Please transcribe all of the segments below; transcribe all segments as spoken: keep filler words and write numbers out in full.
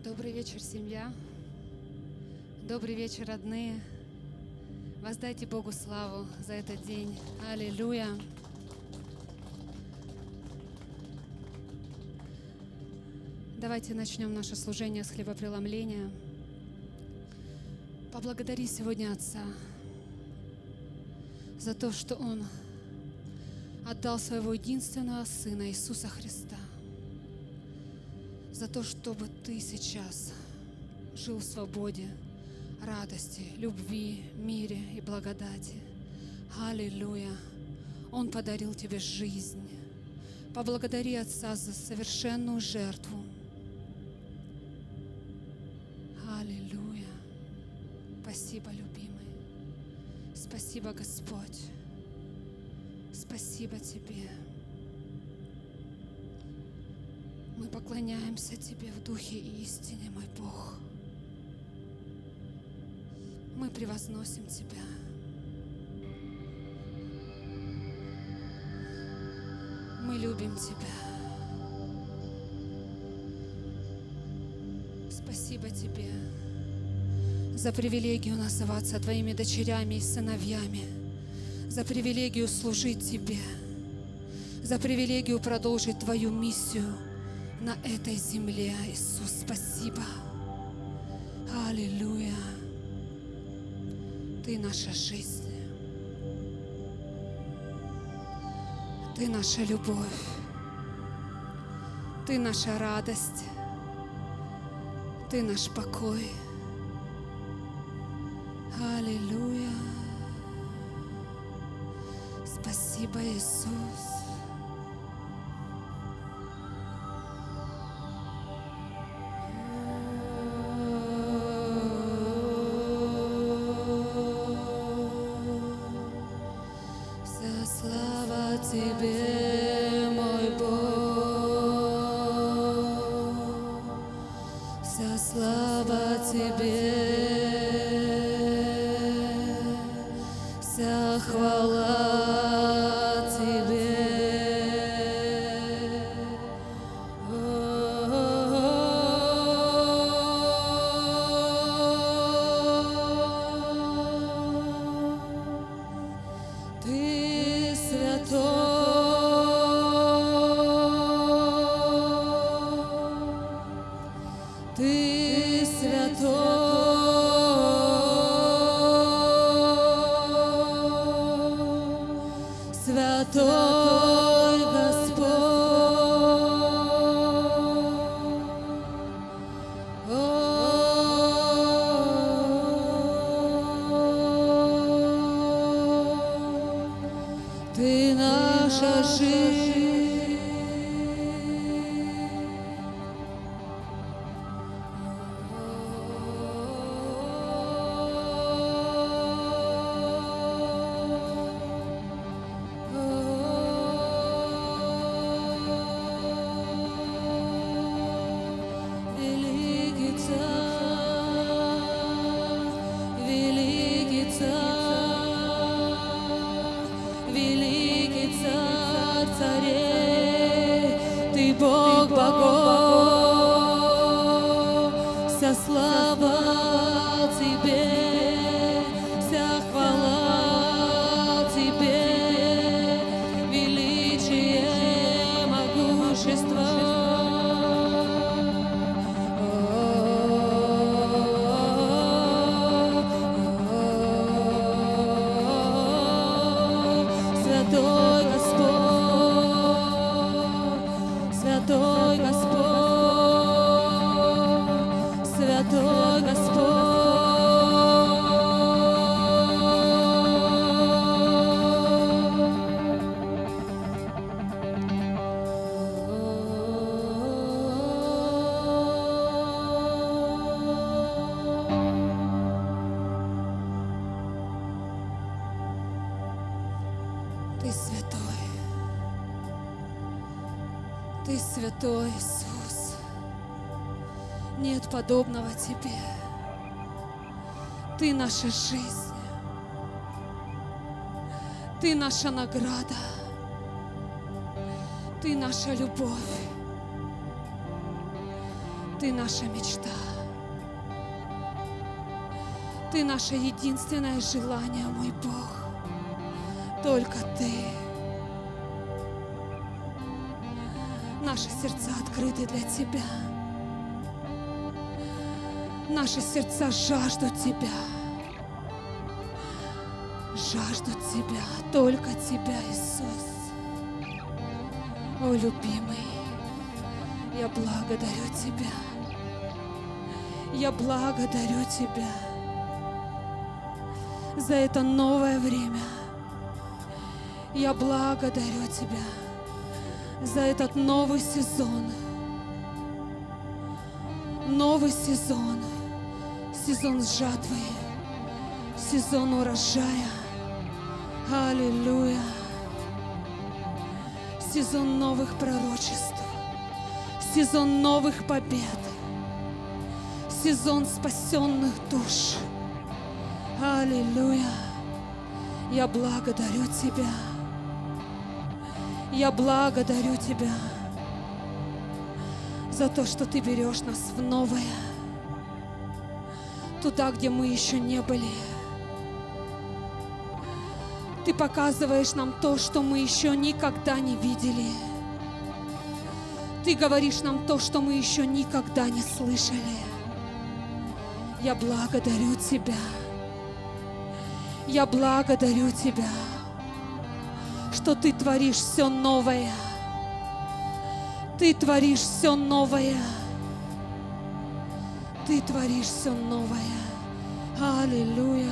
Добрый вечер, семья. Добрый вечер, родные. Воздайте Богу славу за этот день. Аллилуйя. Давайте начнем наше служение с хлебопреломления. Поблагодари сегодня Отца за то, что Он отдал Своего единственного Сына Иисуса Христа, за то, чтобы ты сейчас жил в свободе, радости, любви, мире и благодати. Аллилуйя! Он подарил тебе жизнь. Поблагодари Отца за совершенную жертву. Аллилуйя! Спасибо, любимый. Спасибо, Господь. Спасибо Тебе. Мы поклоняемся Тебе в духе и истине, мой Бог. Мы превозносим Тебя. Мы любим Тебя. Спасибо Тебе за привилегию называться Твоими дочерями и сыновьями, за привилегию служить Тебе, за привилегию продолжить Твою миссию на этой земле. Иисус, спасибо. Аллилуйя. Ты наша жизнь. Ты наша любовь. Ты наша радость. Ты наш покой. Аллилуйя. Спасибо, Иисус. Слава Тебе, мой Бог, вся слава Тебе, вся хвала Тебе. Ты Ты святой, святой Господь. О, Ты наша жизнь. Бог богов, вся слава Тебе, вся хвала Тебе, величие, могущество. Святой Господь, Святой Господь, Святой Господь. Ты святой. Ты святой, Иисус. Нет подобного Тебе. Ты наша жизнь. Ты наша награда. Ты наша любовь. Ты наша мечта. Ты наше единственное желание, мой Бог. Только Ты. Наши сердца открыты для Тебя. Наши сердца жаждут Тебя. Жаждут Тебя, только Тебя, Иисус. О, любимый, я благодарю Тебя. Я благодарю Тебя за это новое время. Я благодарю Тебя за этот новый сезон. Новый сезон. Сезон жатвы. Сезон урожая. Аллилуйя. Сезон новых пророчеств. Сезон новых побед. Сезон спасенных душ. Аллилуйя. Я благодарю Тебя. Я благодарю Тебя за то, что Ты берешь нас в новое. Туда, где мы еще не были. Ты показываешь нам то, что мы еще никогда не видели. Ты говоришь нам то, что мы еще никогда не слышали. Я благодарю Тебя. Я благодарю Тебя, что Ты творишь все новое. Ты творишь все новое. Ты творишь все новое. Аллилуйя.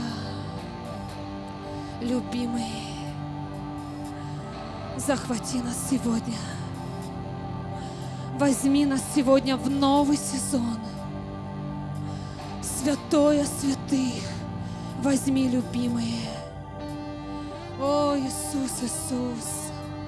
Любимый, захвати нас сегодня. Возьми нас сегодня в новый сезон. Святое святых, возьми, любимые. О, Иисус, Иисус,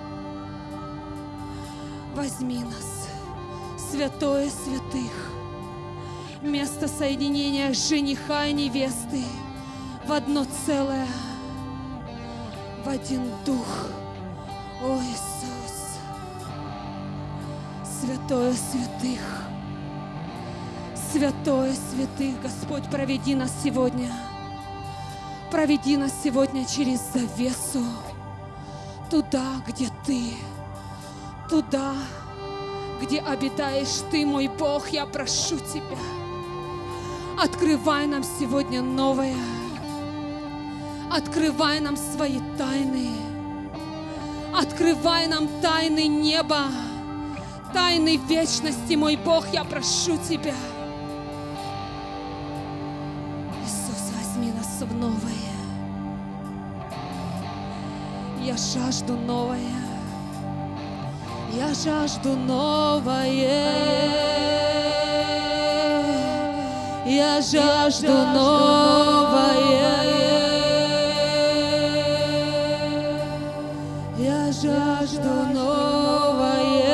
возьми нас, святое святых, место соединения жениха и невесты в одно целое, в один дух. О, Иисус, святое святых, святое святых, Господь, проведи нас сегодня. Проведи нас сегодня через завесу, туда, где Ты, туда, где обитаешь Ты, мой Бог. Я прошу Тебя, открывай нам сегодня новое, открывай нам свои тайны, открывай нам тайны неба, тайны вечности, мой Бог. Я прошу Тебя, Иисус, возьми нас в новое. Я жажду новое, я жажду новое, я жажду новое, я жажду новое.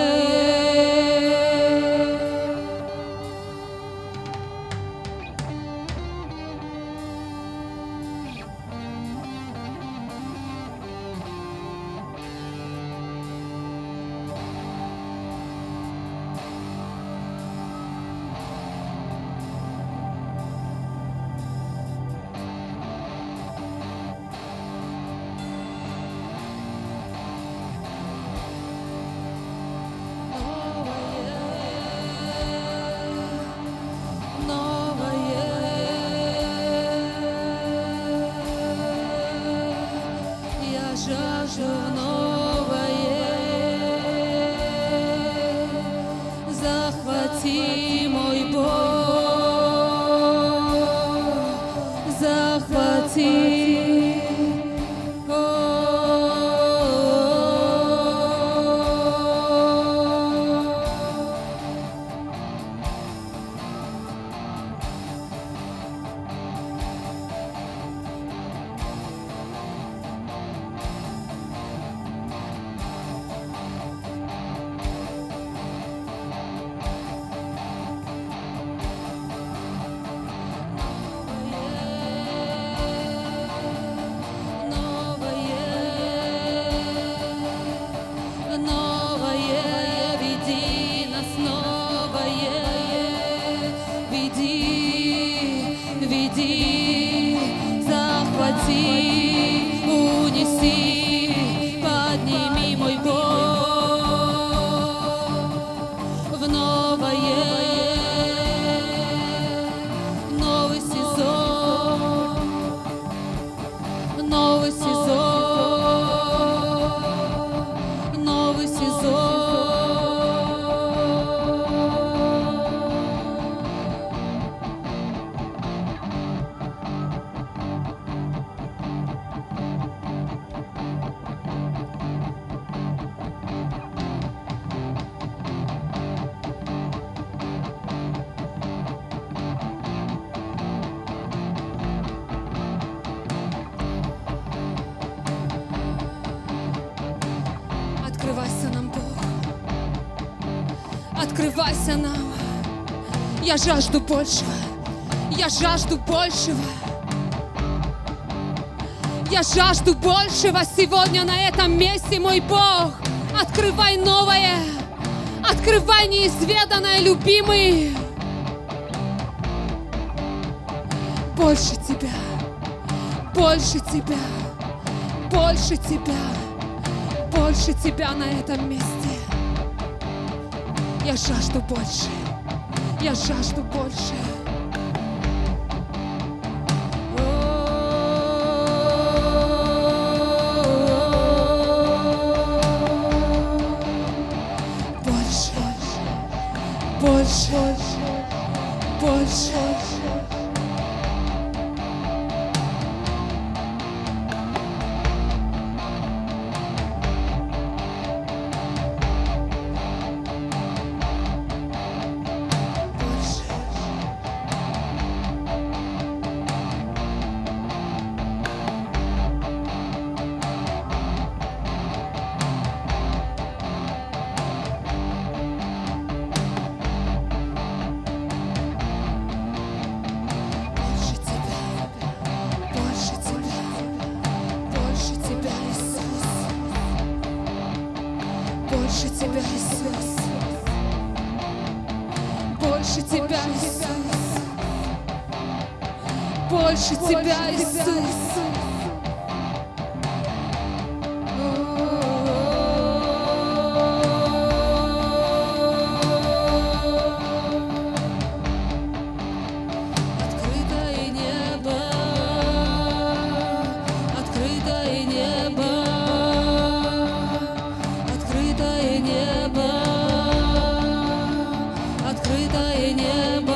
Захвати, мой Бог, захвати. освободи, унеси, подними мой Бог в новое, новый сезон, новый сезон, новый сезон. Открывайся нам, Бог, открывайся нам. Я жажду большего, я жажду большего. Я жажду большего сегодня на этом месте, мой Бог. Открывай новое, открывай неизведанное, любимый. Больше Тебя, больше Тебя, больше Тебя. Больше Тебя на этом месте. Я жажду больше. Я жажду больше. Больше, больше, больше. Больше Тебя, Иисус. Больше Тебя, Иисус. Больше Тебя, Иисус. Открытое небо, открытое небо. Открытое небо, открытое небо.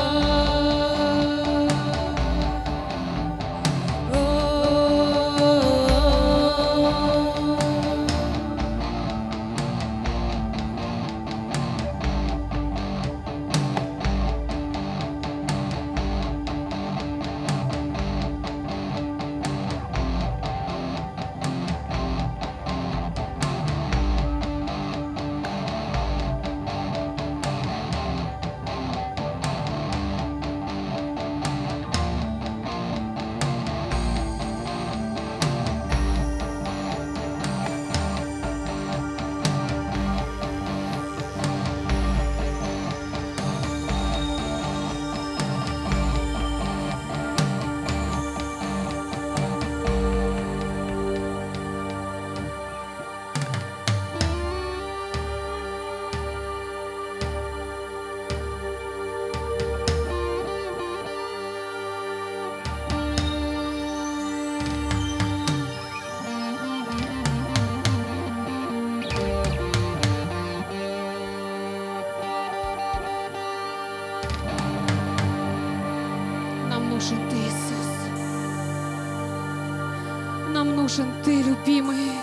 Нам нужен Ты, Иисус. Нам нужен Ты, любимый.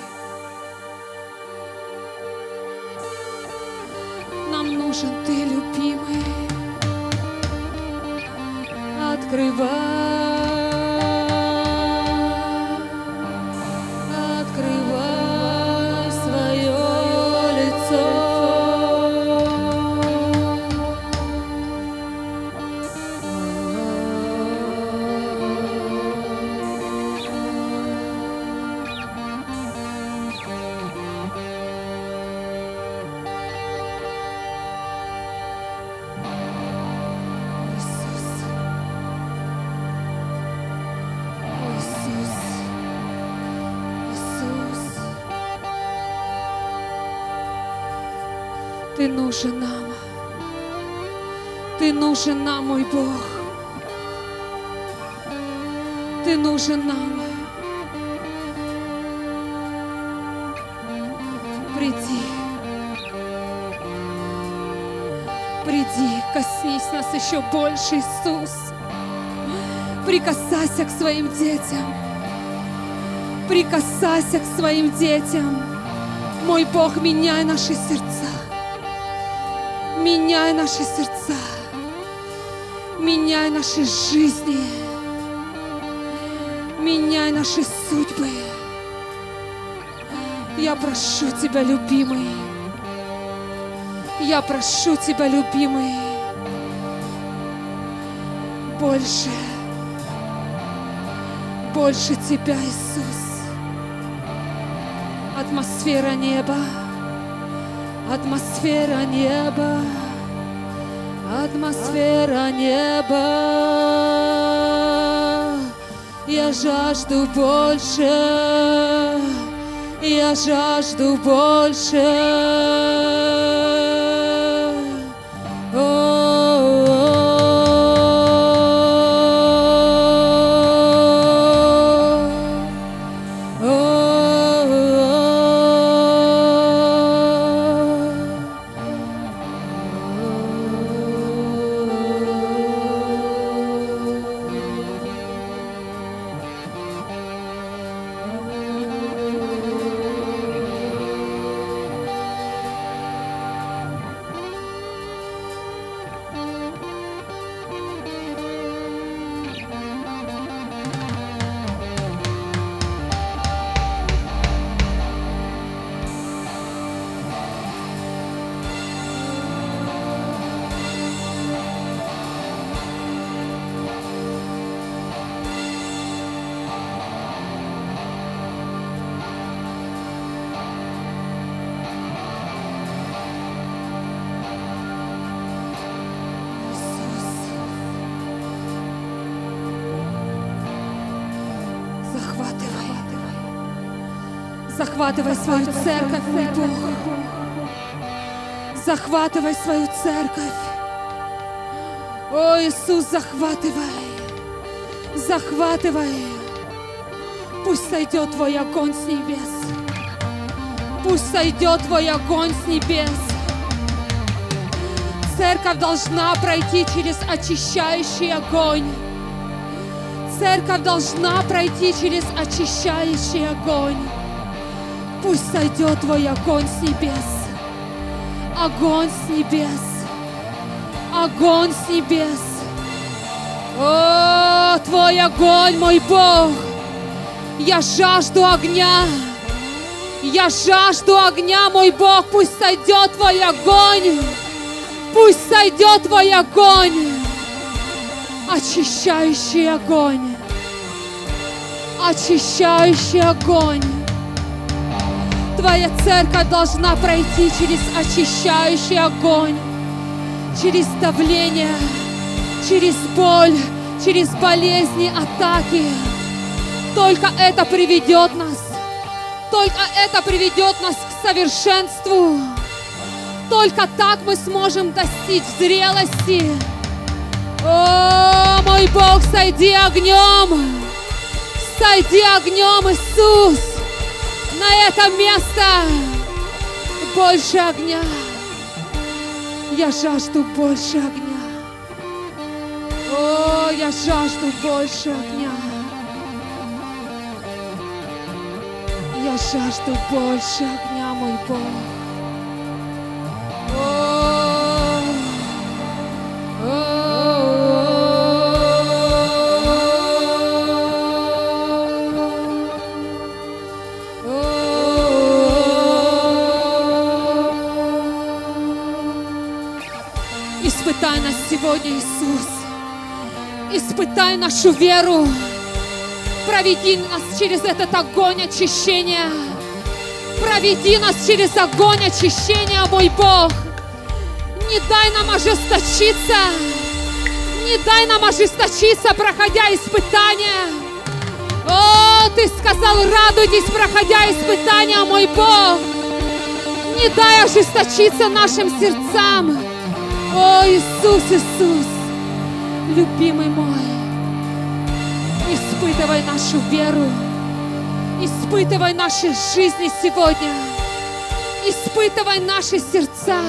Нам нужен Ты, любимый. Открывай, открывай свое лицо. Ты нужен нам. Ты нужен нам, мой Бог. Ты нужен нам. Приди. Приди, коснись нас еще больше, Иисус. Прикасайся к своим детям. Прикасайся к своим детям. Мой Бог, меняй наши сердца. Меняй наши сердца. Меняй наши жизни. Меняй наши судьбы. Я прошу Тебя, любимый. Я прошу Тебя, любимый. Больше. Больше Тебя, Иисус. Атмосфера неба. Атмосфера неба. Атмосфера неба. Я жажду больше. Я жажду больше. Захватывай свою церковь, мой Бог. Захватывай свою церковь. О, Иисус, захватывай. Захватывай. Пусть сойдет Твой огонь с небес. Пусть сойдет Твой огонь с небес. Церковь должна пройти через очищающий огонь. Церковь должна пройти через очищающий огонь. Пусть сойдет Твой огонь с небес. Огонь с небес. Огонь с небес. О, Твой огонь, мой Бог. Я жажду огня. Я жажду огня, мой Бог. Пусть сойдет Твой огонь. Пусть сойдет Твой огонь. Очищающий огонь. Очищающий огонь. Твоя церковь должна пройти через очищающий огонь, через давление, через боль, через болезни, атаки. Только это приведет нас. Только это приведет нас к совершенству. Только так мы сможем достичь зрелости. О, мой Бог, сойди огнем. Сойди огнем, Иисус. На это место больше огня. Я жажду больше огня. О, я жажду больше огня. Я жажду больше огня, мой Бог. О, о, Испытай нас сегодня, Иисус. Испытай нашу веру. Проведи нас через этот огонь очищения. Проведи нас через огонь очищения, мой Бог. Не дай нам ожесточиться. Не дай нам ожесточиться, проходя испытания. О, Ты сказал, радуйтесь, проходя испытания, мой Бог. Не дай ожесточиться нашим сердцам. О, Иисус, Иисус, любимый мой, испытывай нашу веру, испытывай наши жизни сегодня, испытывай наши сердца.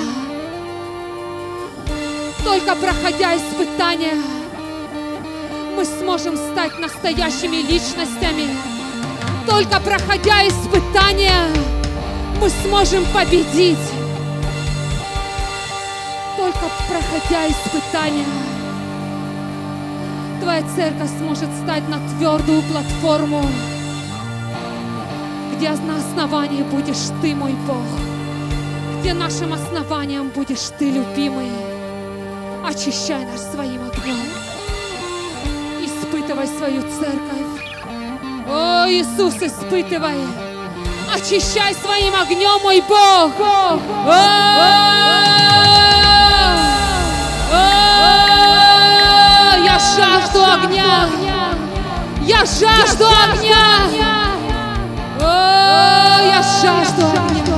Только проходя испытания, мы сможем стать настоящими личностями. Только проходя испытания, мы сможем победить. Только проходя испытания, Твоя церковь сможет стать на твердую платформу, где на основании будешь Ты, мой Бог, где нашим основанием будешь Ты, любимый. Очищай нас своим огнем, испытывай свою церковь. О, Иисус, испытывай, очищай своим огнем, мой Бог. О, я жажду огня, я жажду огня, о, я жажду огня.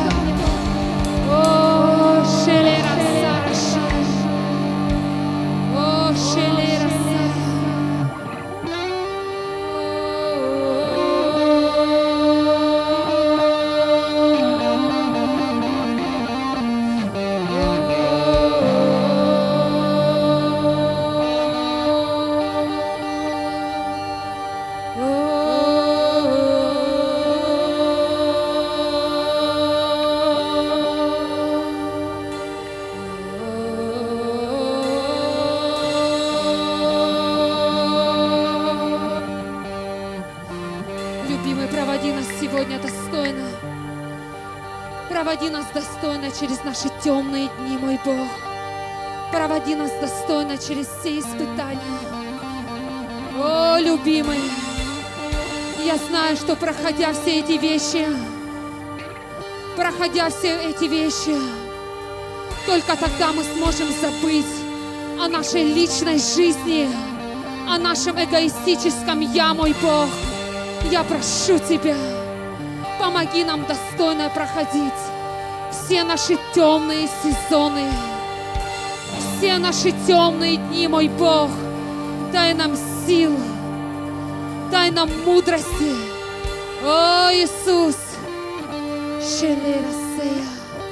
О, шелера саша, о, шелера Проводи нас достойно через наши темные дни, мой Бог. Проводи нас достойно через все испытания. О, любимый, я знаю, что проходя все эти вещи, проходя все эти вещи, только тогда мы сможем забыть о нашей личной жизни, о нашем эгоистическом «я», мой Бог. Я прошу Тебя, помоги нам достойно проходить все наши темные сезоны, все наши темные дни, мой Бог. Дай нам сил, дай нам мудрости. О, Иисус! Шелерасея.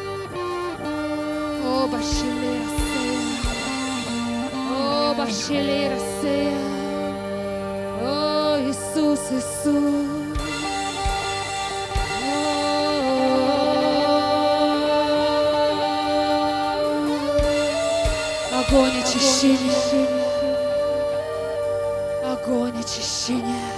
Оба шелерасея. Оба шелерасея. О, Иисус, Иисус! Огонь очищения, огонь очищения,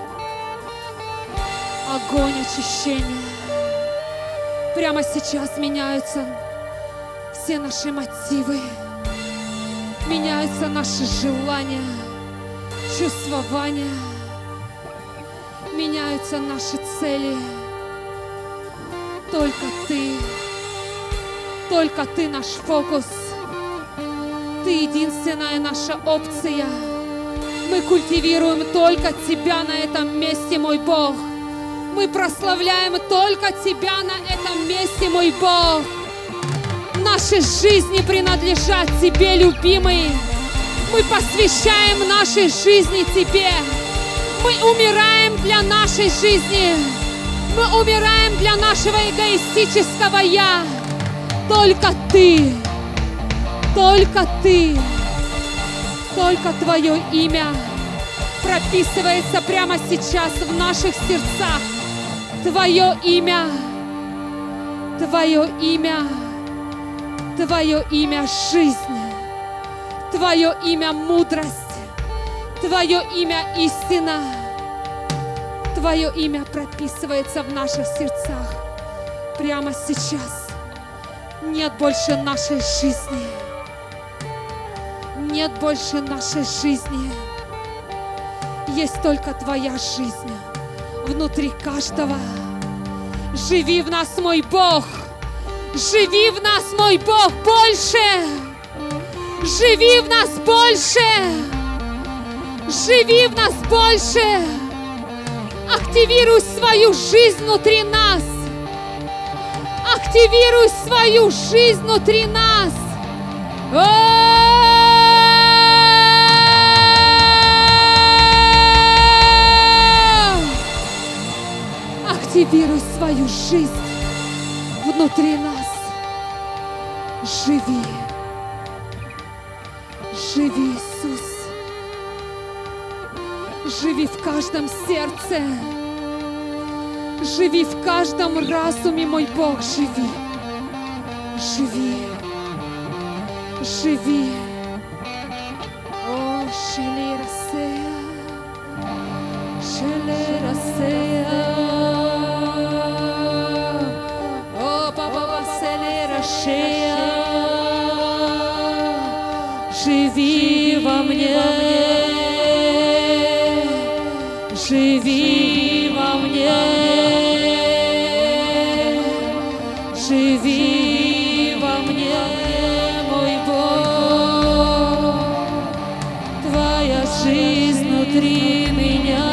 огонь очищения. Прямо сейчас меняются все наши мотивы, меняются наши желания, чувствования, меняются наши цели. Только Ты, только Ты наш фокус. Ты единственная наша опция. Мы культивируем только Тебя на этом месте, мой Бог. Мы прославляем только Тебя на этом месте, мой Бог. Наши жизни принадлежат Тебе, любимый. Мы посвящаем нашей жизни Тебе. Мы умираем для нашей жизни. Мы умираем для нашего эгоистического «я». Только Ты. Только Ты, только Твое имя прописывается прямо сейчас в наших сердцах. Твое имя, Твое имя, Твое имя жизнь, Твое имя мудрость, Твое имя истина, Твое имя прописывается в наших сердцах прямо сейчас. Нет больше нашей жизни. Нет больше нашей жизни. Есть только Твоя жизнь внутри каждого. Живи в нас, мой Бог. Живи в нас, мой Бог, больше. Живи в нас больше. Живи в нас больше. Активируй свою жизнь внутри нас. Активируй свою жизнь внутри нас. Активируй свою жизнь внутри нас. Живи. Живи, Иисус. Живи в каждом сердце. Живи в каждом разуме, мой Бог, живи. Живи. Живи. О, шелерасея. Шелерасея. О, папа, селерашея. Живи во мне. Живи во мне. Живи во мне, мой Бог, Твоя жизнь внутри меня.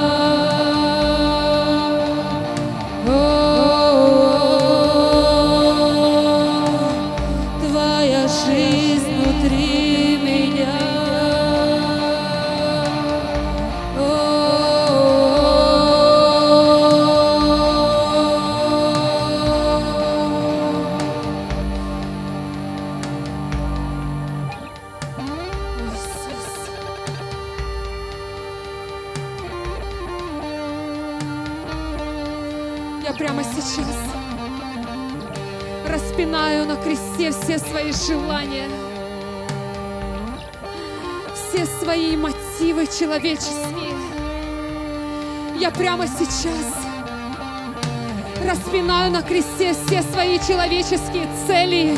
О, Твоя жизнь внутри меня. Я прямо сейчас распинаю на кресте все свои желания, все свои мотивы человеческие. Я прямо сейчас распинаю на кресте все свои человеческие цели.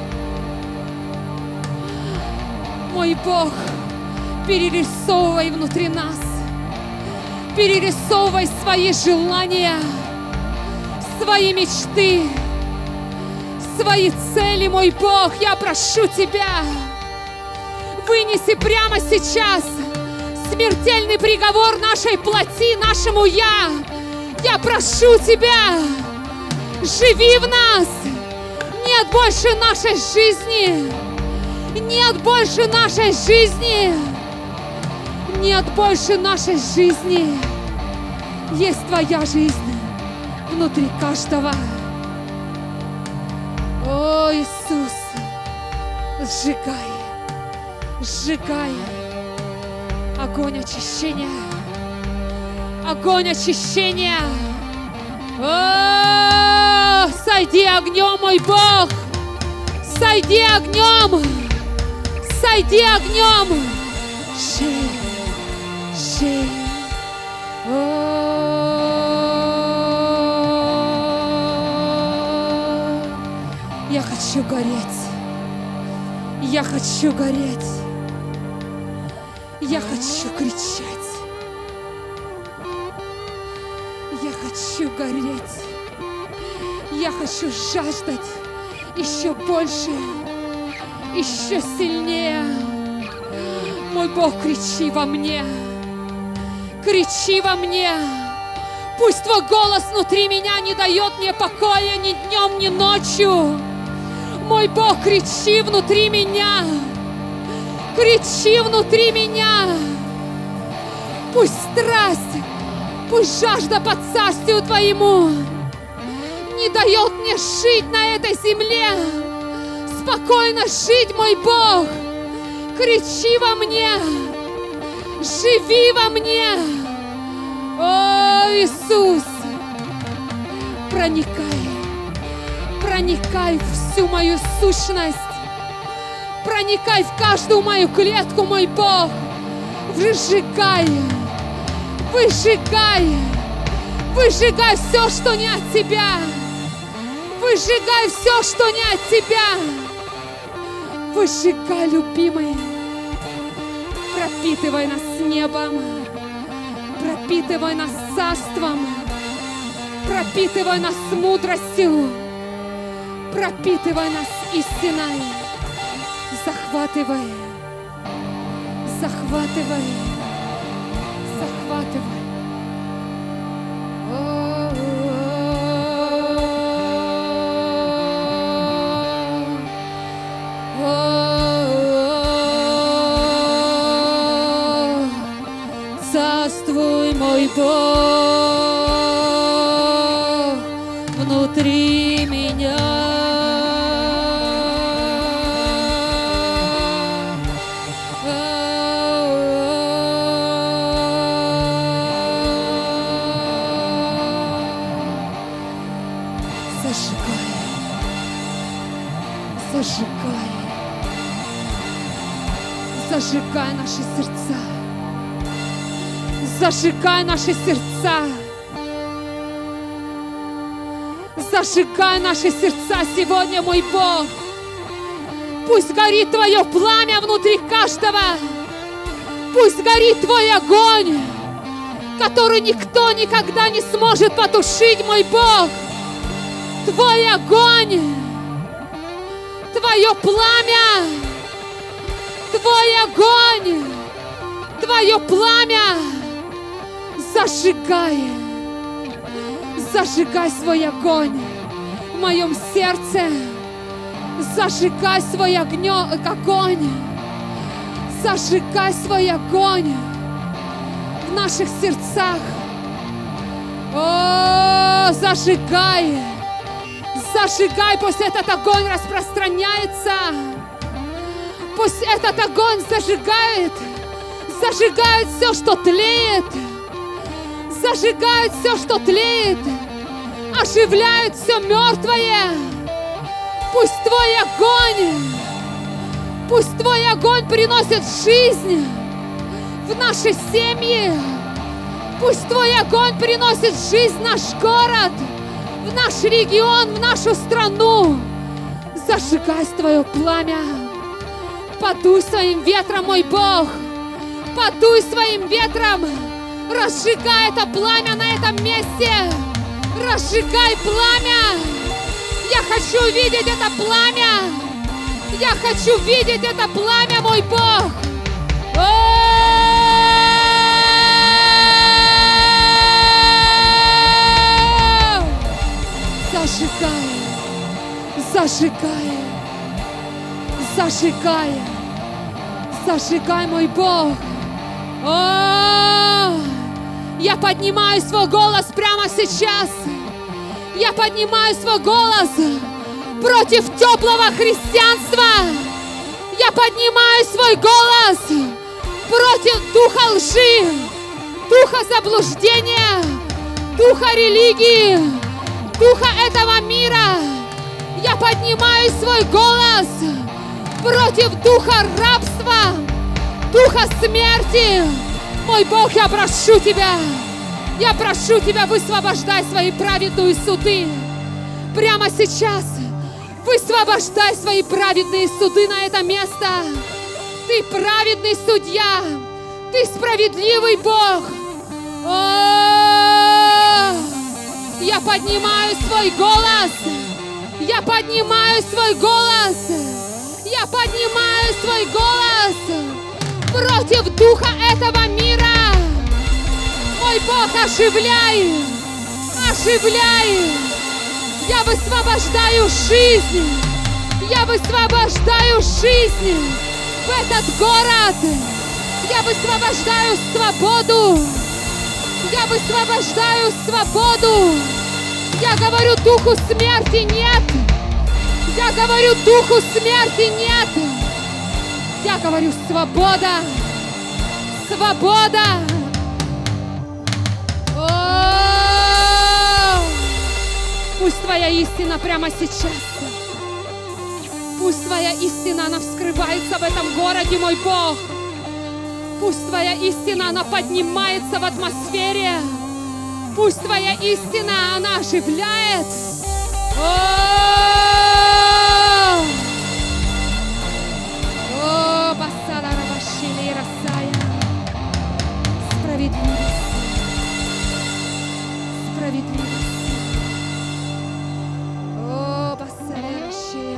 Мой Бог, перерисовывай внутри нас, перерисовывай свои желания, свои мечты, свои цели, мой Бог. Я прошу Тебя, вынеси прямо сейчас смертельный приговор нашей плоти, нашему «я». Я прошу Тебя, живи в нас. Нет больше нашей жизни. Нет больше нашей жизни. Нет больше нашей жизни. Есть Твоя жизнь внутри каждого. О, Иисус, сжигай, сжигай огонь очищения, огонь очищения. О, сойди огнем, мой Бог, сойди огнем, сойди огнем. Шей, шей. Я хочу гореть. Я хочу гореть. Я хочу кричать. Я хочу гореть. Я хочу жаждать еще больше, еще сильнее. Мой Бог, кричи во мне. Кричи во мне. Пусть Твой голос внутри меня не дает мне покоя ни днем, ни ночью. Мой Бог, кричи внутри меня. Кричи внутри меня. Пусть страсть, пусть жажда по царствию Твоему не дает мне жить на этой земле. Спокойно жить, мой Бог. Кричи во мне. Живи во мне. О, Иисус, проникай, проникай в всю мою сущность, проникай в каждую мою клетку, мой Бог, выжигай, выжигай, выжигай все, что не от Тебя, выжигай все, что не от Тебя, выжигай, любимый, пропитывай нас небом, пропитывай нас царством, пропитывай нас мудростью, пропитывай нас истиной, захватывай, захватывай, захватывай. Зажигай, зажигай, зажигай наши сердца, зажигай наши сердца, зажигай наши сердца сегодня, мой Бог. Пусть горит Твое пламя внутри каждого, пусть горит Твой огонь, который никто никогда не сможет потушить, мой Бог. Твой огонь, Твое пламя, Твой огонь, Твое пламя. Зажигай, зажигай свой огонь в моем сердце, зажигай свой огнё, огонь, зажигай свой огонь в наших сердцах. О, зажигай, зажигай, пусть этот огонь распространяется, пусть этот огонь зажигает, зажигает все, что тлеет, зажигает все, что тлеет, оживляет все мертвое. Пусть Твой огонь, пусть Твой огонь приносит жизнь в наши семьи, пусть Твой огонь приносит жизнь в наш город, в наш регион, в нашу страну. Зажигай Твое пламя, подуй своим ветром, мой Бог, подуй своим ветром, разжигай это пламя на этом месте, разжигай пламя. Я хочу видеть это пламя, я хочу видеть это пламя, мой Бог. Зажигай, зажигай, зажигай, зажигай, мой Бог. О, я поднимаю свой голос прямо сейчас. Я поднимаю свой голос против теплого христианства. Я поднимаю свой голос против духа лжи, духа заблуждения, духа религии, духа этого мира. Я поднимаю свой голос против духа рабства, духа смерти. Мой Бог, я прошу Тебя, я прошу Тебя, высвобождай свои праведные суды. Прямо сейчас высвобождай свои праведные суды на это место. Ты праведный судья, Ты справедливый Бог. О, я поднимаю свой голос, я поднимаю свой голос, я поднимаю свой голос против духа этого мира. Мой Бог, оживляй, оживляй. Я высвобождаю жизнь, я высвобождаю жизнь в этот город. Я высвобождаю свободу, я высвобождаю свободу. Я говорю духу смерти нет, я говорю духу смерти нет. Я говорю свобода, свобода. О, пусть Твоя истина прямо сейчас, пусть Твоя истина, она вскрывается в этом городе, мой Бог. Пусть Твоя истина, она поднимается в атмосфере. Пусть Твоя истина, она оживляет. О, О, басала рабашили расая. Справедливость, справедливость. О, басала рашия.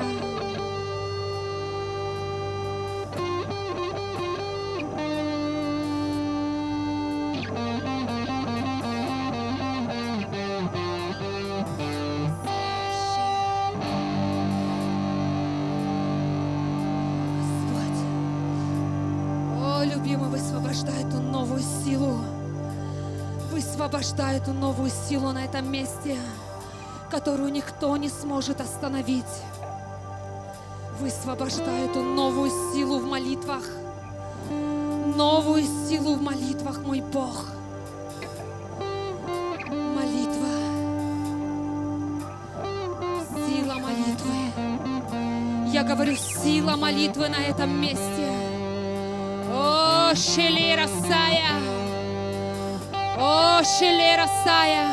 Высвобождай эту новую силу. Высвобождай эту новую силу на этом месте, которую никто не сможет остановить. Высвобождай эту новую силу в молитвах. Новую силу в молитвах, мой Бог. Молитва. Я говорю, сила молитвы на этом месте. О, Шелера Сая. О, Шелера Сая.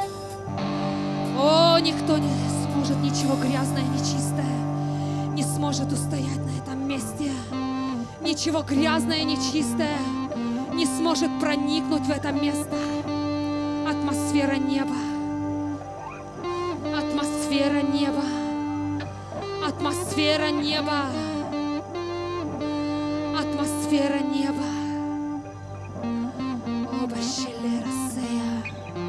О, никто не сможет ничего грязное, нечистое не сможет устоять на этом месте. Ничего грязное, нечистое не сможет проникнуть в это место. Атмосфера неба. Атмосфера неба. Атмосфера неба. Атмосфера неба. О, Башелера Сея.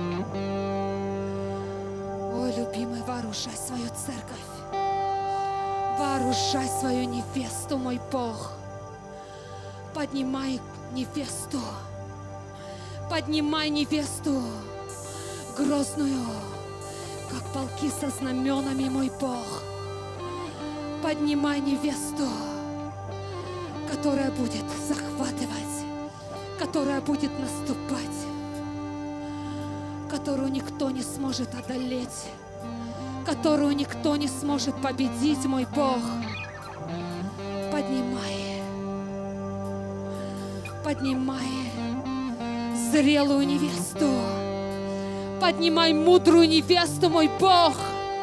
О, любимый, вооружай свою церковь. Вооружай свою невесту, мой Бог. Поднимай невесту. Поднимай невесту грозную, как полки со знаменами, мой Бог. Поднимай невесту, которая будет захватывать, которая будет наступать, которую никто не сможет одолеть, которую никто не сможет победить, мой Бог. Поднимай, поднимай зрелую невесту, поднимай мудрую невесту, мой Бог.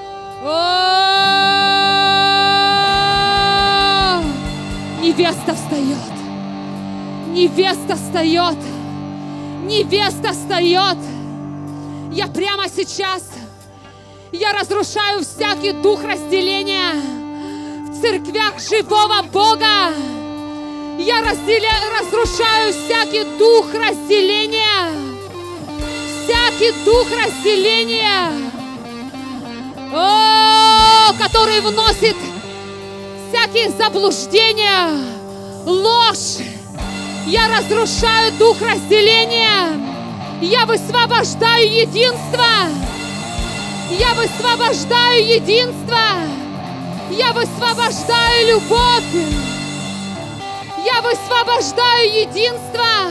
О-о-о! Невеста встает, невеста встает, невеста встает. Я прямо сейчас Я разрушаю всякий дух разделения в церквях живого Бога. Я разделя... разрушаю всякий дух разделения, всякий дух разделения, о, который вносит всякие заблуждения, ложь. Я разрушаю дух разделения. Я высвобождаю единство. Я высвобождаю единство. Я высвобождаю любовь. Я высвобождаю единство.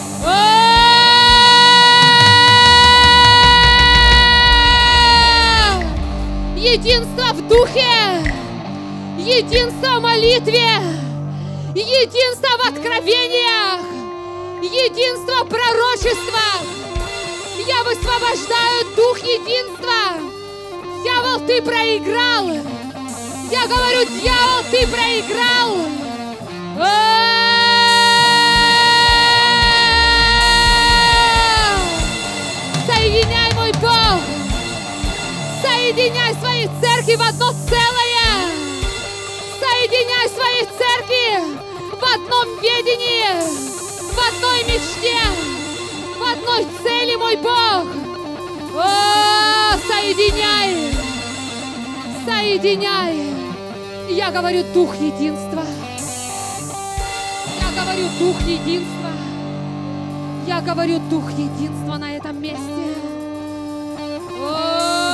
Единство в духе. Единство в молитве. Единство в откровениях. Единство в пророчествах. Я высвобождаю дух единства. Дьявол, ты проиграл. Я говорю, дьявол, ты проиграл. Соединяй, мой Бог. Соединяй свои церкви в одно целое. Соединяй свои церкви в одном видении, в одной мечте, в одной цели, мой Бог. О, соединяй, соединяй. Я говорю, дух единства. Я говорю, дух единства. Я говорю, дух единства на этом месте. О,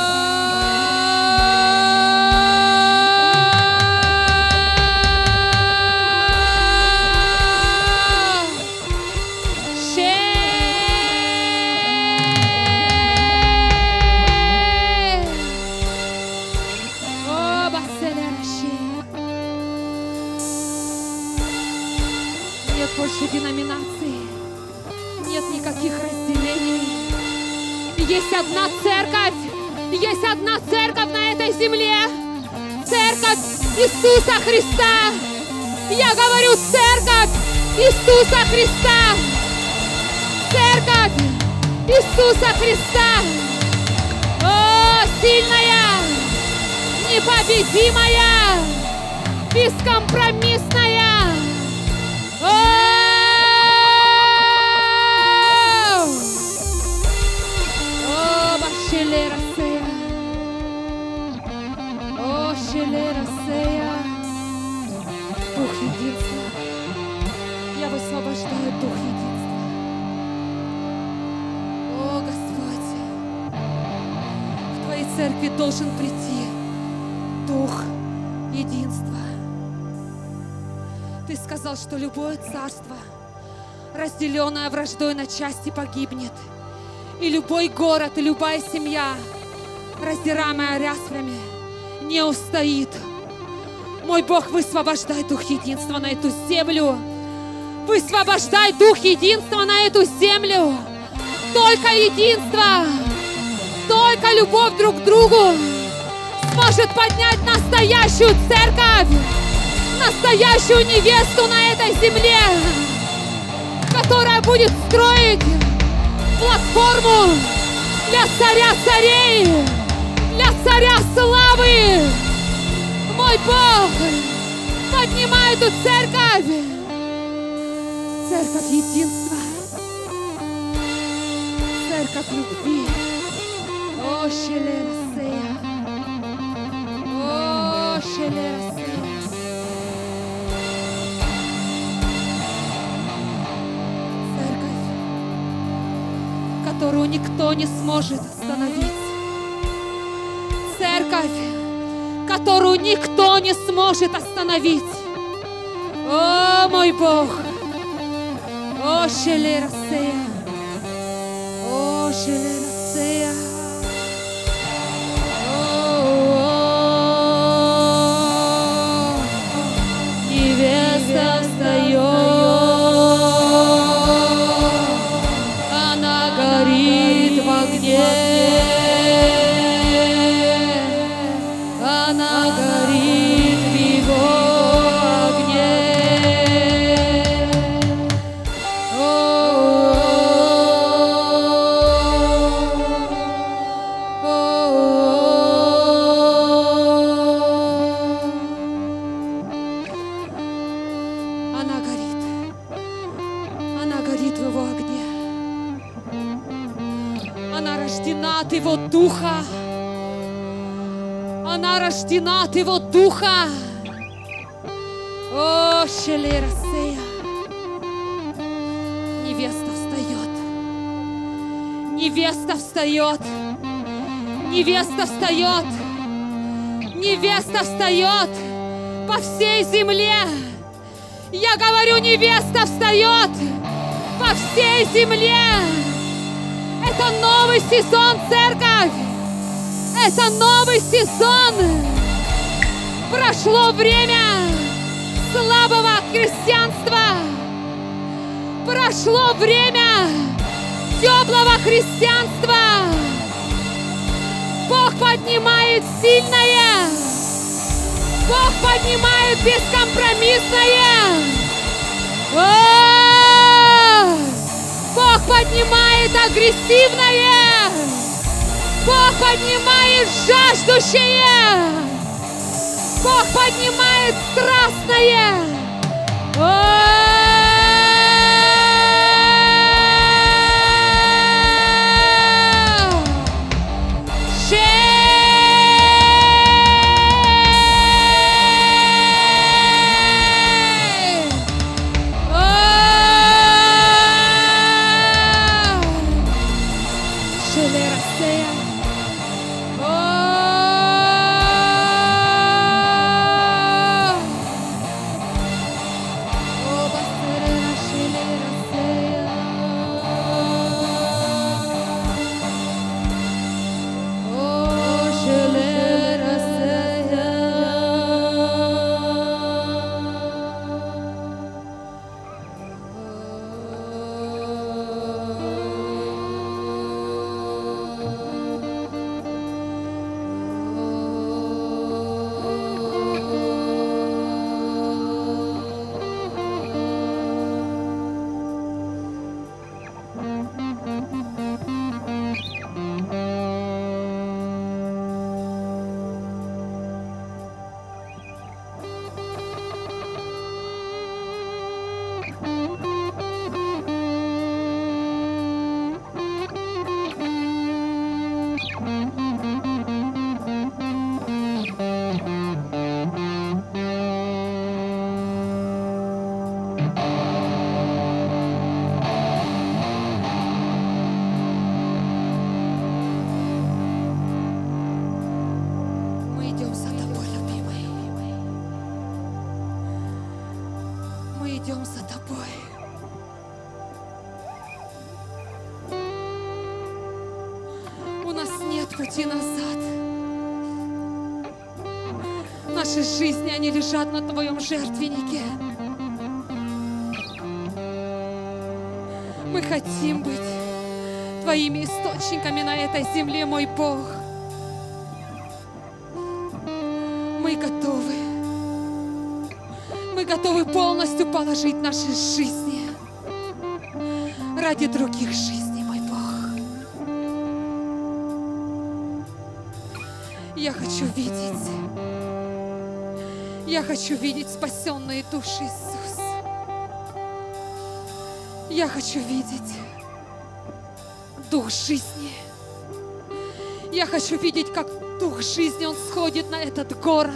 больше деноминаций, нет никаких разделений. Есть одна церковь, есть одна церковь на этой земле, церковь Иисуса Христа. Я говорю, церковь Иисуса Христа, церковь Иисуса Христа. О, сильная, непобедимая, бескомпромиссная. О, Башелера Сея. О, Шелера Сея. Дух единства. Я высвобождаю дух единства. О, Господь, в Твоей церкви должен прийти дух единства. Ты сказал, что любое царство, разделенное враждой на части, погибнет. И любой город, и любая семья, раздираемая распрями, не устоит. Мой Бог, высвобождай Дух единства на эту землю. Высвобождай Дух единства на эту землю. Только единство, только любовь друг к другу сможет поднять настоящую церковь, настоящую невесту на этой земле, которая будет строить платформу для царя царей, для царя славы. Мой Бог, поднимай эту церковь, церковь единства, церковь любви. О, Шелерасея, о, Шелерасея. Церковь, которую никто не сможет остановить. Церковь, которую никто не сможет остановить. О, мой Бог! О, Шелерасея! О, Шелерасея! О, невеста встает, она горит в огне. Она горит в его огне. Она горит. Она горит в его огне. Она рождена от его духа. Она рождена от его духа. О, Шелерасея. Невеста встает. Невеста встает. Невеста встает. Невеста встает по всей земле. Я говорю, невеста встает по всей земле. Это новый сезон, церковь. Это новый сезон. Прошло время слабого христианства. Прошло время теплого христианства. Бог поднимает сильное. Бог поднимает бескомпромиссное. О! Бог поднимает агрессивное. Бог поднимает жаждущее. Бог поднимает страстное. идем за Тобой. У нас нет пути назад. наши жизни, они лежат на Твоем жертвеннике. Мы хотим быть Твоими источниками на этой земле, мой Бог. Мы готовы. Мы готовы полностью положить наши жизни ради других жизней, мой Бог. Я хочу видеть, я хочу видеть спасенные души, Иисус. Я хочу видеть Дух жизни. Я хочу видеть, как Дух жизни, Он сходит на этот город.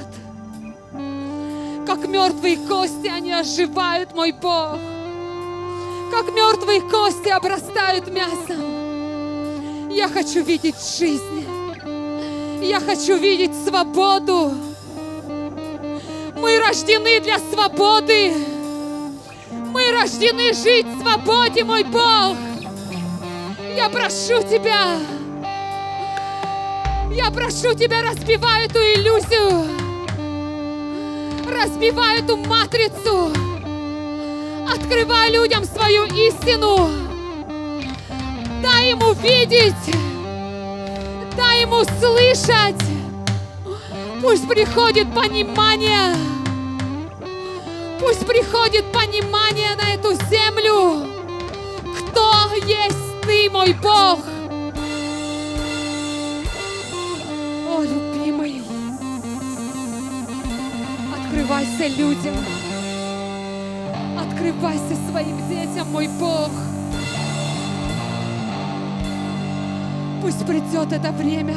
Как мертвые кости, они оживают, мой Бог. Как мертвые кости обрастают мясом. Я хочу видеть жизнь. Я хочу видеть свободу. Мы рождены для свободы. Мы рождены жить в свободе, мой Бог. Я прошу Тебя. Я прошу Тебя, разбивай эту иллюзию. Разбивай эту матрицу. Открывай людям свою истину. Дай им увидеть. Дай им услышать. Пусть приходит понимание. Пусть приходит понимание на эту землю. Кто есть Ты, мой Бог? О, любимый, открывайся людям. Открывайся своим детям, мой Бог. Пусть придет это время.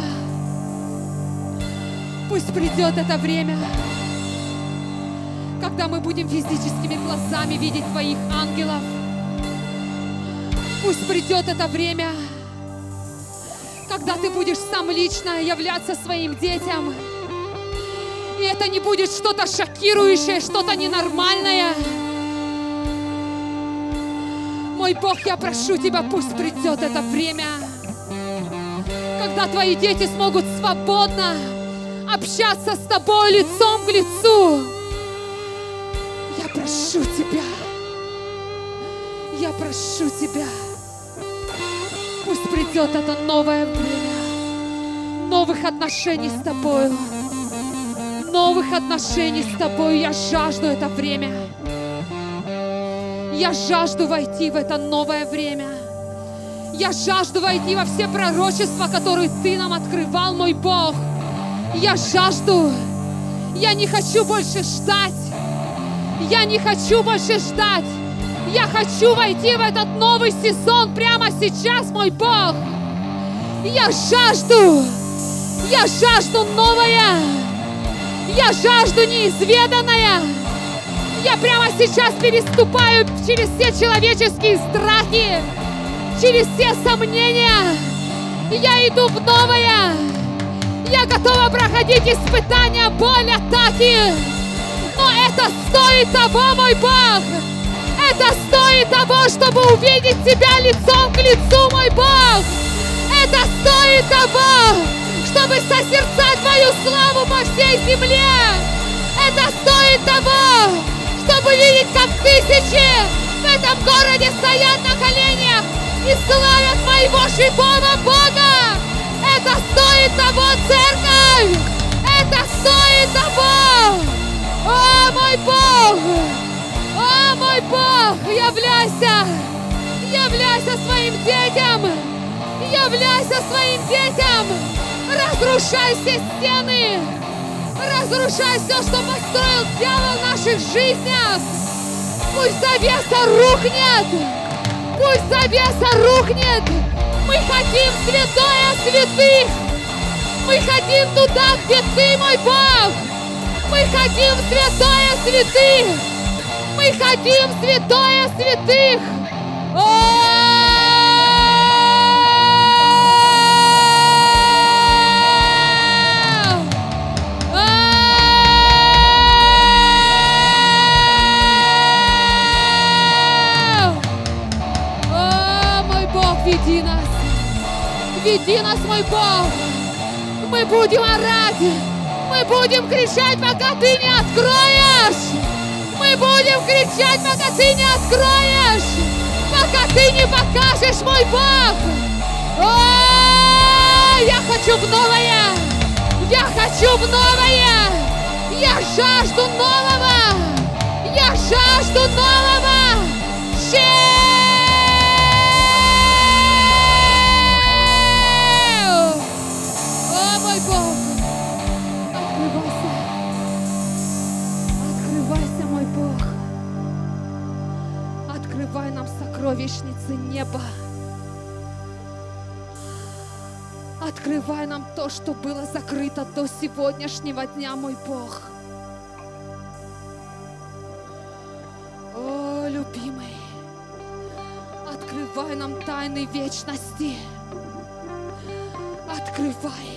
Пусть придет это время, когда мы будем физическими глазами видеть Твоих ангелов. Пусть придет это время, когда Ты будешь сам лично являться своим детям. И это не будет что-то шокирующее, что-то ненормальное. Мой Бог, я прошу Тебя, пусть придет это время, когда Твои дети смогут свободно общаться с Тобой лицом к лицу. Я прошу Тебя, я прошу Тебя, пусть придет это новое время, новых отношений с Тобою, новых отношений с Тобою. Я жажду это время. Я жажду войти в это новое время. Я жажду войти во все пророчества, которые Ты нам открывал, мой Бог. Я жажду. Я не хочу больше ждать. Я не хочу больше ждать. Я хочу войти в этот новый сезон прямо сейчас, мой Бог. Я жажду. Я жажду новое. Я жажду неизведанное. Я прямо сейчас переступаю через все человеческие страхи, через все сомнения. Я иду в новое. Я готова проходить испытания, боль, атаки. Но это стоит того, мой Бог. Это стоит того, чтобы увидеть Тебя лицом к лицу, мой Бог. Это стоит того, чтобы созерцать Твою славу по всей земле. Это стоит того, чтобы видеть, как тысячи в этом городе стоят на коленях и славят моего живого Бога. Это стоит того, церковь! Это стоит того! О, мой Бог! О, мой Бог! Являйся! Являйся своим детям! Являйся своим детям! Разрушай все стены! Разрушай все, что построил дьявол в наших жизнях! Пусть завеса рухнет! Пусть завеса рухнет! Мы хотим святое святых! Мы хотим туда, где Ты, мой Бог! Мы хотим святое святых! Мы хотим святое святых! Веди нас, веди нас, мой Бог. Мы будем орать, Мы будем кричать, пока Ты не откроешь. Мы будем кричать, пока Ты не откроешь. Пока Ты не покажешь, мой Бог. О, я хочу в новое. Я хочу в новое. Я жажду нового. Я жажду нового. О, мой Бог. Открывайся. Открывайся, мой Бог. Открывай нам сокровищницы неба. Открывай нам то, что было закрыто до сегодняшнего дня, мой Бог. О, любимый, открывай нам тайны вечности. Открывай.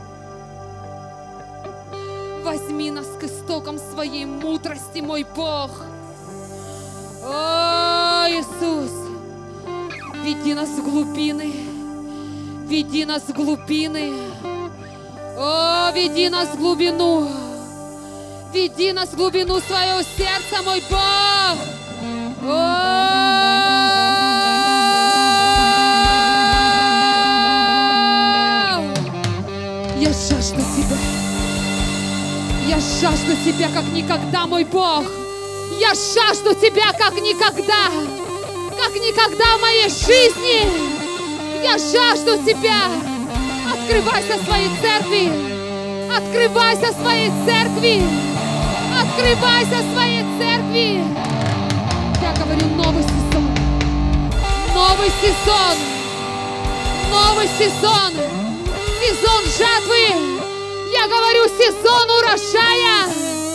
Возьми нас к истокам своей мудрости, мой Бог. О, Иисус, веди нас в глубины. Веди нас в глубины. О, веди нас в глубину. Веди нас в глубину своего сердца, мой Бог. О, я жажду Тебя. Я жажду Тебя, как никогда, мой Бог. Я жажду Тебя, как никогда. Как никогда в моей жизни. Я жажду Тебя. Открывайся своей церкви. Открывайся своей церкви. Открывайся своей церкви. Я говорю, новый сезон. Новый сезон. Новый сезон. Сезон жатвы. Я говорю, сезон урожая.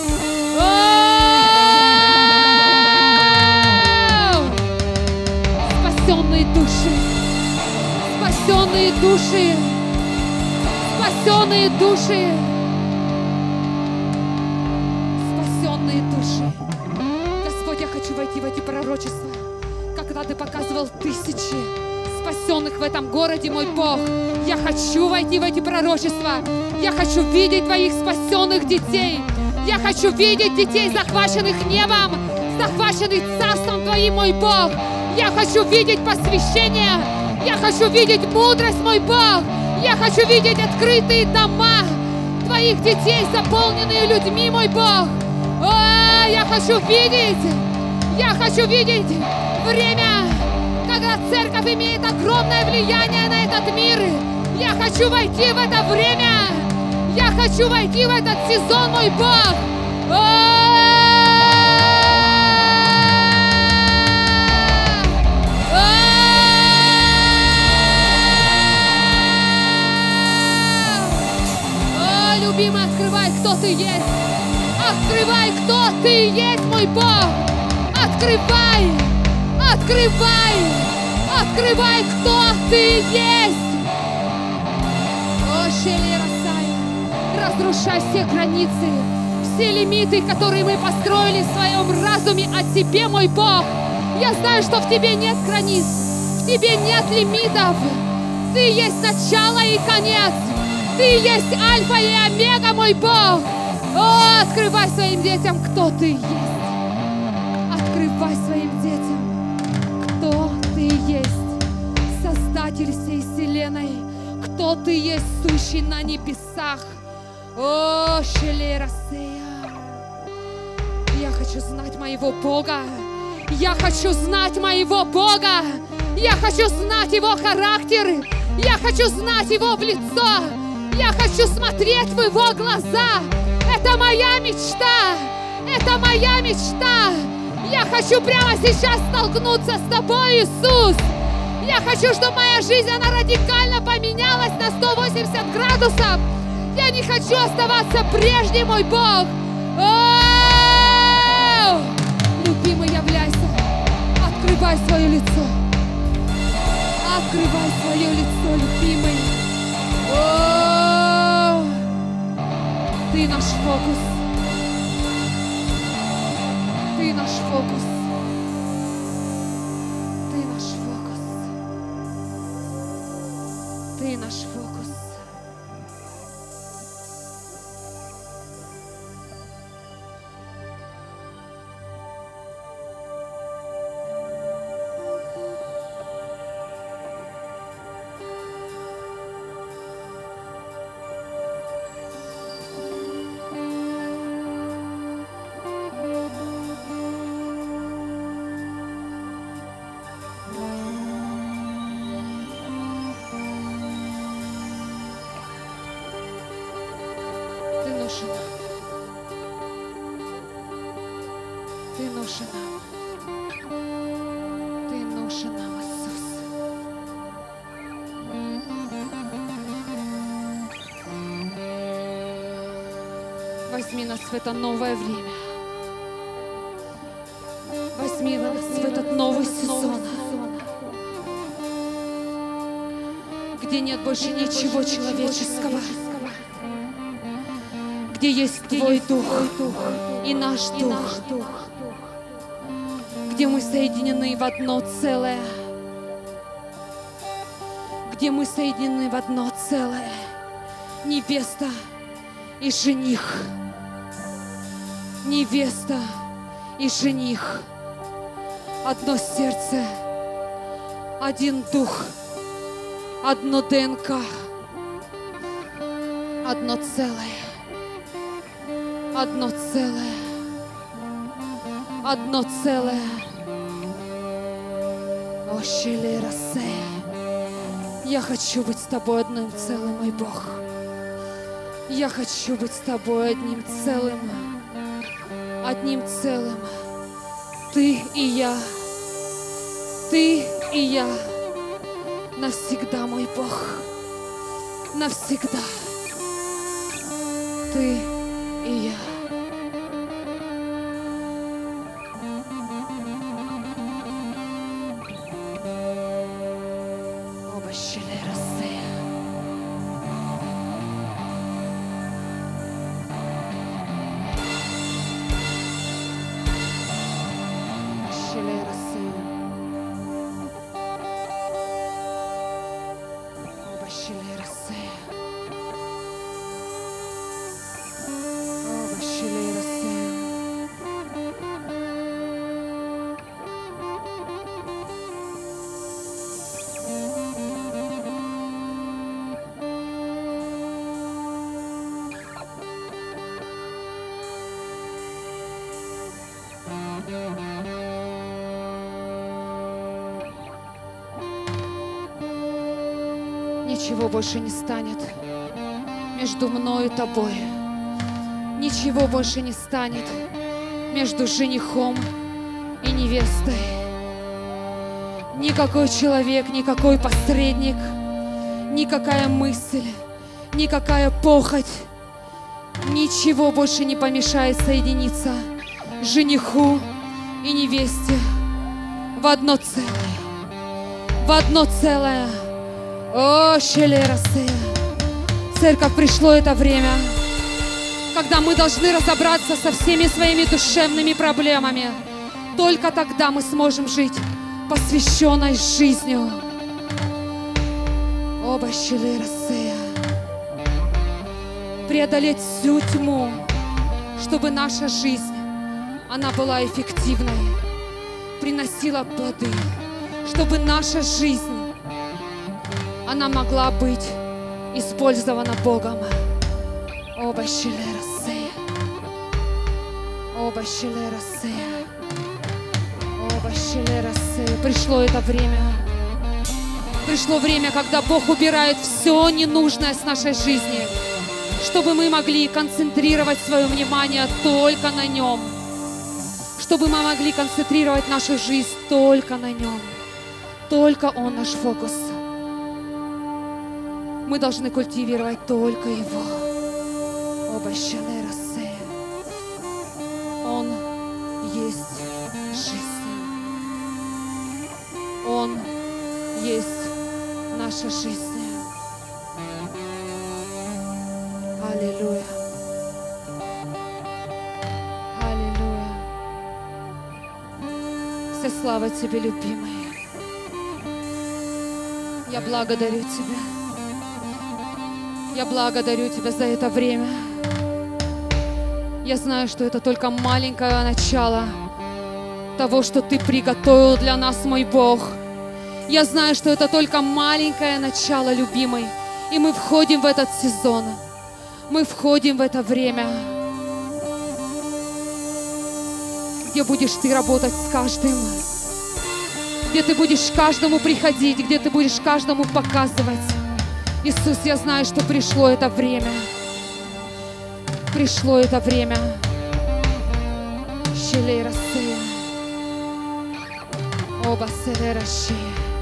О-о-о! Спасенные души. Спасенные души. Спасенные души. Спасенные души. Господь, я хочу войти в эти пророчества. Когда Ты показывал тысячи спасенных в этом городе, мой Бог, я хочу войти в эти пророчества. Я хочу видеть Твоих спасенных детей. Я хочу видеть детей, захваченных небом, захваченных Царством Твоим, мой Бог. Я хочу видеть посвящение. Я хочу видеть мудрость, мой Бог. Я хочу видеть открытые дома Твоих детей, заполненные людьми, мой Бог. О, я хочу видеть, я хочу видеть время, когда церковь имеет огромное влияние на этот мир. Я хочу войти в это время. Я хочу войти в этот сезон, мой Бог. О, любимый, открывай, кто Ты есть. Открывай, кто Ты есть, мой Бог. Открывай, открывай, открывай, кто Ты есть. О, Шелерасай, разрушай все границы, все лимиты, которые мы построили в своем разуме о Тебе, мой Бог. Я знаю, что в Тебе нет границ, в Тебе нет лимитов. Ты есть начало и конец. Ты есть альфа и омега, мой Бог. О, открывай своим детям, кто Ты есть. Открывай своим детям, кто Ты есть. Создатель всей вселенной, кто Ты есть, сущий на небесах. О, Шелерасея. Я хочу знать моего Бога. Я хочу знать моего Бога. Я хочу знать Его характер. Я хочу знать Его в лицо. Я хочу смотреть в Его глаза. Это моя мечта. Это моя мечта. Я хочу прямо сейчас столкнуться с Тобой, Иисус. Я хочу, чтобы моя жизнь, она радикально поменялась на сто восемьдесят градусов. Я не хочу оставаться прежним, мой Бог. О-о-о! Любимый, являйся. Открывай свое лицо. Открывай свое лицо, любимый. О-о-о! Ты наш фокус. Ты наш фокус. Ты наш фокус. Ты наш фокус. нужен нам. Ты нужен нам. Ты нужен нам, Иисус. Возьми нас в это новое время. Возьми нас в этот новый сезон, где нет больше ничего человеческого, где есть Твой Дух и наш Дух, где мы соединены в одно целое, где мы соединены в одно целое, невеста и жених, невеста и жених, одно сердце, один дух, одно ДНК, одно целое, одно целое, одно целое. О, Шелерасе, я хочу быть с Тобой одним целым, мой Бог. Я хочу быть с Тобой одним целым, одним целым. Ты и я, Ты и я, навсегда, мой Бог, навсегда. Ты и я. Оба Шелерасе. Шелерасе. Оба Шелерасе. Оба Шелерасе. Ничего больше не станет между мною и тобой. Ничего больше не станет между женихом и невестой. Никакой человек, никакой посредник, никакая мысль, никакая похоть, ничего больше не помешает соединиться жениху и невесте в одно целое. В одно целое. О, Шелерасе! Церковь, пришло это время, когда мы должны разобраться со всеми своими душевными проблемами. Только тогда мы сможем жить посвященной жизнью. Оба Шелерасе! Преодолеть всю тьму, чтобы наша жизнь, она была эффективной, приносила плоды, чтобы наша жизнь, она могла быть использована Богом. Оба Шелерасе. Оба Шелерасе. Оба Шелерасе. Пришло это время. Пришло время, когда Бог убирает все ненужное с нашей жизни, чтобы мы могли концентрировать свое внимание только на Нем. Чтобы мы могли концентрировать нашу жизнь только на Нем. Только Он наш фокус. Мы должны культивировать только Его. Оба Шелерасе. Он есть жизнь. Он есть наша жизнь. Аллилуйя. Аллилуйя. Вся слава Тебе, любимый. Я благодарю Тебя. Я благодарю Тебя за это время. Я знаю, что это только маленькое начало того, что Ты приготовил для нас, мой Бог. Я знаю, что это только маленькое начало, любимый. И мы входим в этот сезон. Мы входим в это время, где будешь Ты работать с каждым, где Ты будешь каждому приходить, где Ты будешь каждому показывать. Иисус, я знаю, что пришло это время. Пришло это время. Щелей Россия. Оба Северощи.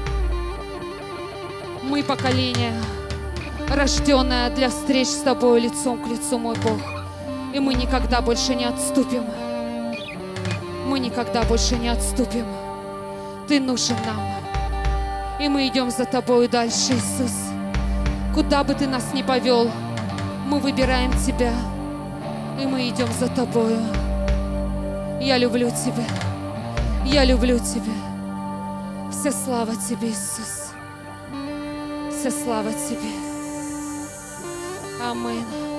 Мы поколение, рожденное для встреч с Тобой лицом к лицу, мой Бог. И мы никогда больше не отступим. Мы никогда больше не отступим. Ты нужен нам. И мы идем за Тобою дальше, Иисус. Куда бы Ты нас ни повел, мы выбираем Тебя. И мы идем за Тобою. Я люблю Тебя. Я люблю Тебя. Вся слава Тебе, Иисус. Вся слава Тебе. Аминь.